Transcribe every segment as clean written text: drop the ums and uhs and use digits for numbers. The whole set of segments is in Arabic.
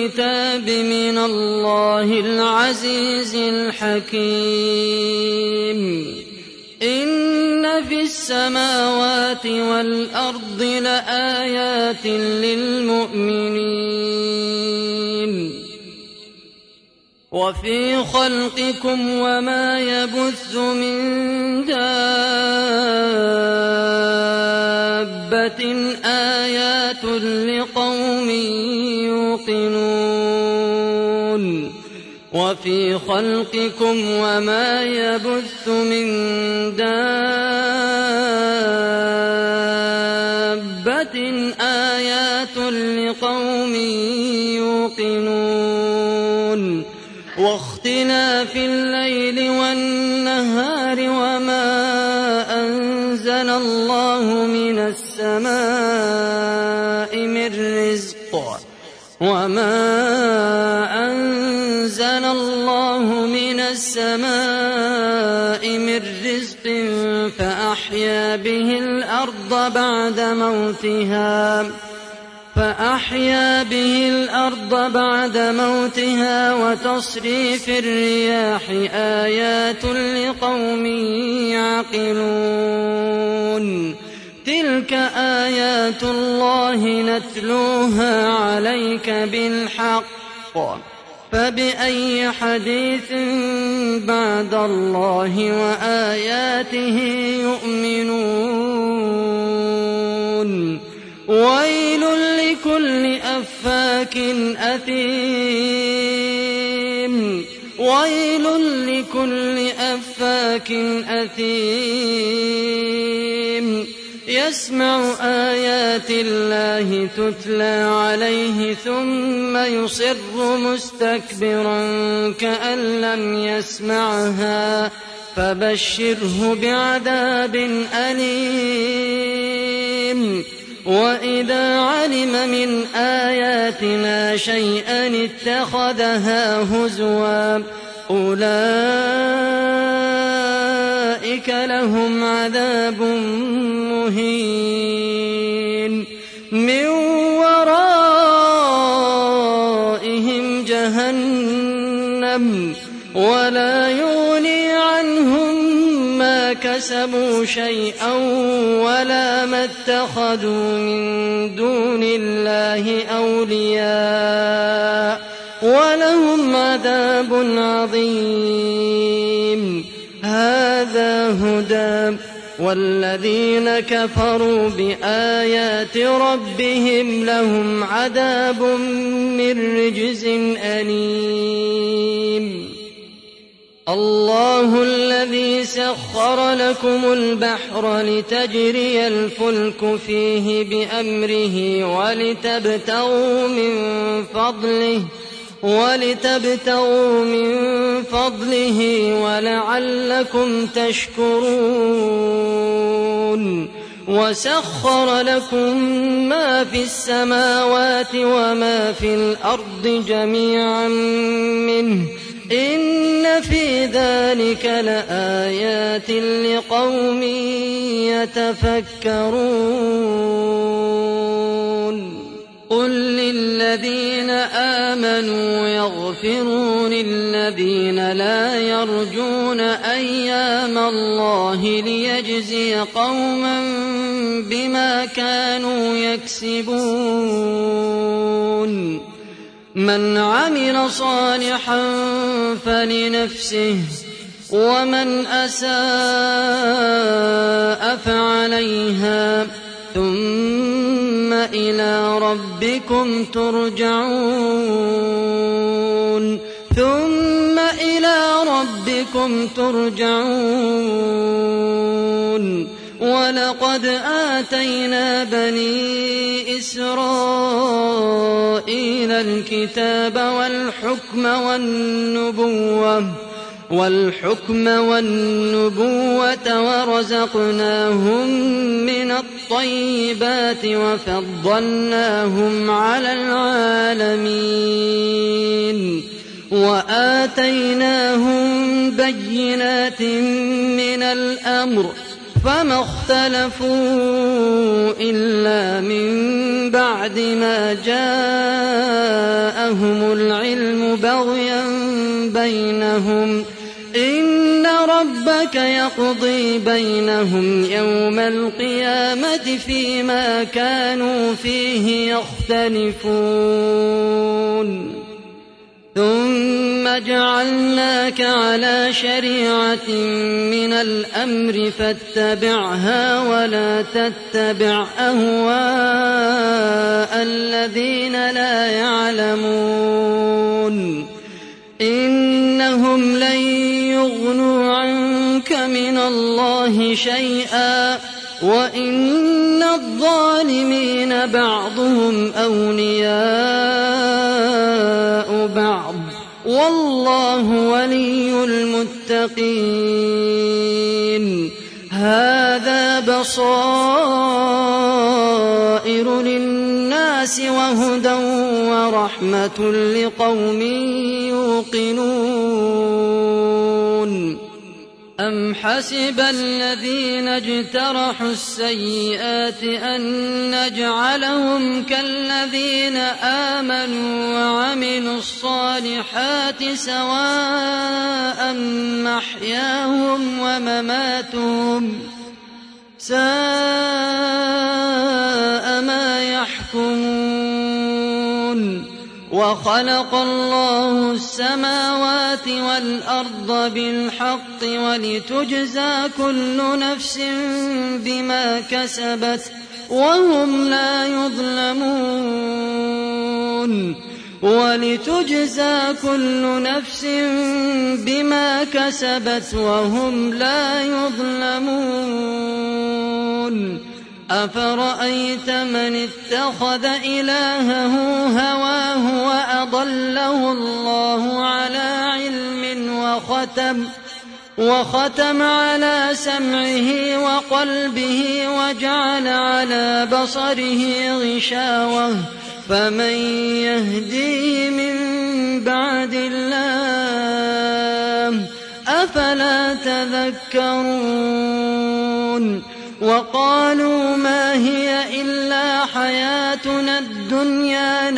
الكتاب من الله العزيز الحكيم. إن في السماوات والأرض لآيات للمؤمنين وفي خلقكم وما يبث من دابة آيات لقوم يوقنون وفي خلقكم وما يبث من دابة آيات لقوم يوقنون واختلاف الليل والنهار وما أنزل الله من السماء من رزق فأحيا به الأرض بعد موتها وتصريف الرياح آيات لقوم يعقلون تلك آيات الله نتلوها عليك بالحق فبأي حديث بعد الله وآياته يؤمنون ويل لكل أفاك أثيم يسمع آيات الله تتلى عليه ثم يصر مستكبرا كأن لم يسمعها فبشره بعذاب أليم وإذا علم من آياتنا شيئا اتخذها هزوا أولئك لهم عذاب مهين من ورائهم جهنم ولا يغني عنهم ما كسبوا شيئا ولا ما اتخذوا من دون الله أولياء ولهم عذاب عظيم هذا هدى والذين كفروا بآيات ربهم لهم عذاب من رجز أليم الله الذي سخر لكم البحر لتجري الفلك فيه بأمره ولتبتغوا من فضله ولعلكم تشكرون وسخر لكم ما في السماوات وما في الأرض جميعا منه إن في ذلك لآيات لقوم يتفكرون قل للذين آمنوا يغفروا للذين لا يرجون أيام الله ليجزي قوما بما كانوا يكسبون من عمل صالحا فلنفسه ومن أساء فعليها ثم إلى ربكم ترجعون ولقد آتينا بني إسرائيل الكتاب والحكم والنبوة ورزقناهم من الطيبات وفضلناهم على العالمين وآتيناهم بينات من الأمر فما اختلفوا إلا من بعد ما جاءهم العلم بغيا بينهم إن ربك يقضي بينهم يوم القيامة فيما كانوا فيه يختلفون ثم جعلناك على شريعة من الأمر فاتبعها ولا تتبع أهواء الذين لا يعلمون إنهم لن يغنوا عنك من الله شيئا وإن الظالمين بعضهم أولياء بعض والله ولي المتقين هذا بصائر للناس وهدى ورحمة لقوم يوقنون أم حسب الذين اجترحوا السيئات أن نجعلهم كالذين آمنوا وعملوا الصالحات سواء محياهم ومماتهم ساء ما يحكمون وخلق الله السماوات والأرض بالحق ولتجزى كل نفس بما كسبت وهم لا يظلمون ولتجزى كل نفس بما كسبت وهم لا يظلمون أفرأيت من اتخذ إلهه هواه وأضله الله على علم وختم على سمعه وقلبه وجعل على بصره غشاوة فمن يهديه من بعد الله أفلا تذكرون وقالوا ما هي إلا حياتنا الدنيا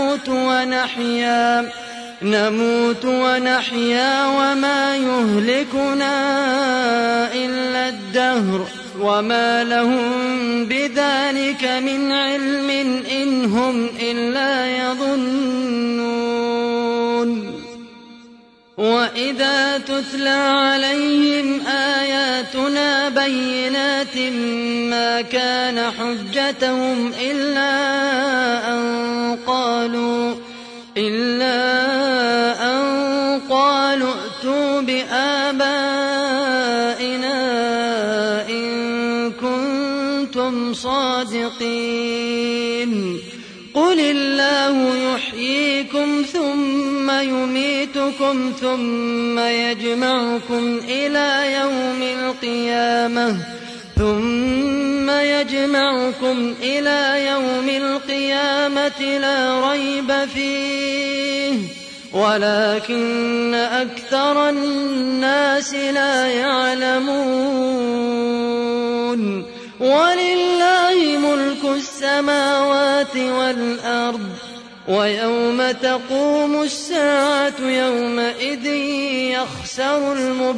نموت ونحيا وما يهلكنا إلا الدهر وما لهم بذلك من علم إن هم إلا يظنون وإذا تتلى عليهم آياتنا بينات ما كان حجتهم إلا أن قالوا ائتوا بآبائنا إن كنتم صادقين قل الله يحييكم ثم يميتكم ثم يجمعكم إلى يوم القيامة لا ريب فيه ولكن أكثر الناس لا يعلمون ولله ملك السماوات والأرض ويوم تقوم الساعة يومئذ يخسر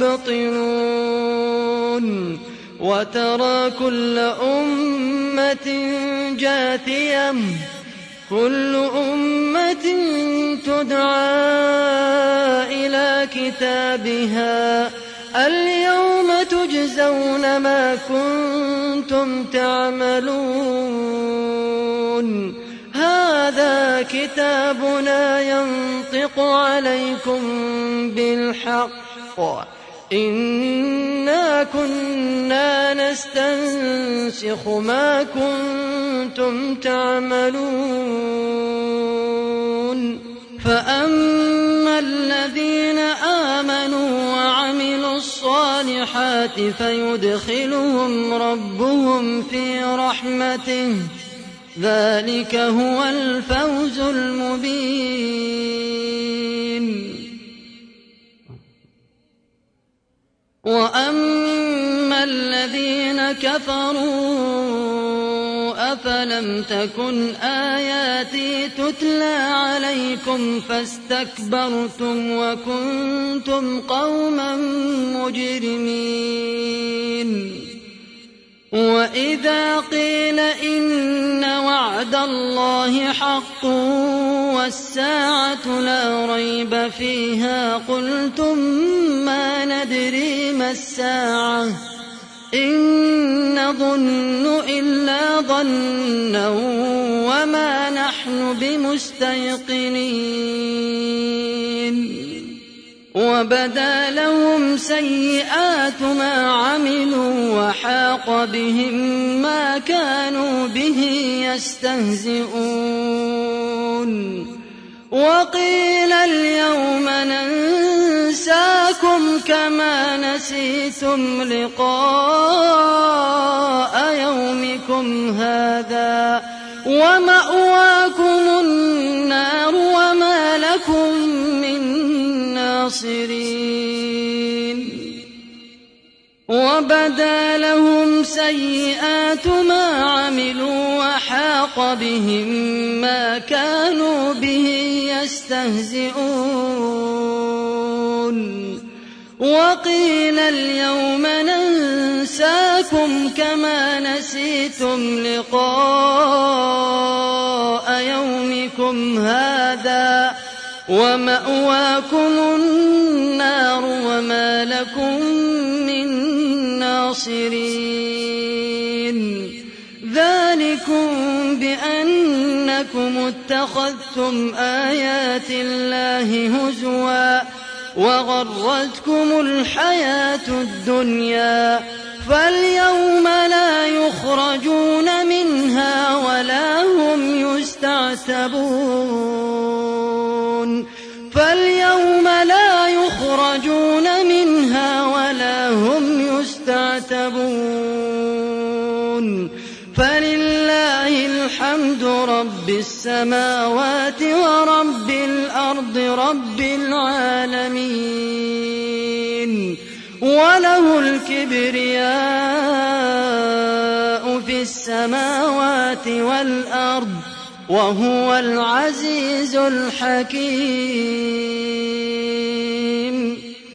المبطلون وترى كل أمة جاثية كل أمة تدعى إلى كتابها اليوم تجزون ما كنتم تعملون هذا كتابنا ينطق عليكم بالحق إنا كنا نستنسخ ما كنتم تعملون فأما الذين آمنوا وعملوا الصالحات فيدخلهم ربهم في رحمته ذلك هو الفوز المبين وأما الذين الذين كفروا أفلم تكن آياتي تتلى عليكم فاستكبرتم وكنتم قوما مجرمين وإذا قيل إن وعد الله حق والساعة لا ريب فيها قلتم ما ندري ما الساعة إن نظن إلا ظنا وما نحن بمستيقنين وبدا لهم سيئات ما عملوا وحاق بهم ما كانوا به يستهزئون وقيل اليوم ننساكم كما نسيتم لقاء يومكم هذا ومأواكم النار وما لكم من ناصرين وبدا لهم سيئات ما عملوا وحاق بهم ما كانوا به يستهزئون وقيل اليوم ننساكم كما نسيتم لقاء يومكم هذا ومأواكم النار وما لكم من ناصرين ذلكم بأنكم اتخذتم آيات الله هزوا وغرتكم الحياة الدنيا فاليوم لا يخرجون منها ولا هم يستعتبون فاليوم لا يخرجون منها ولا هم يستعتبون فلله الحمد رب السماوات ورب الأرض رب العالمين وله الكبرياء في السماوات والأرض وهو العزيز الحكيم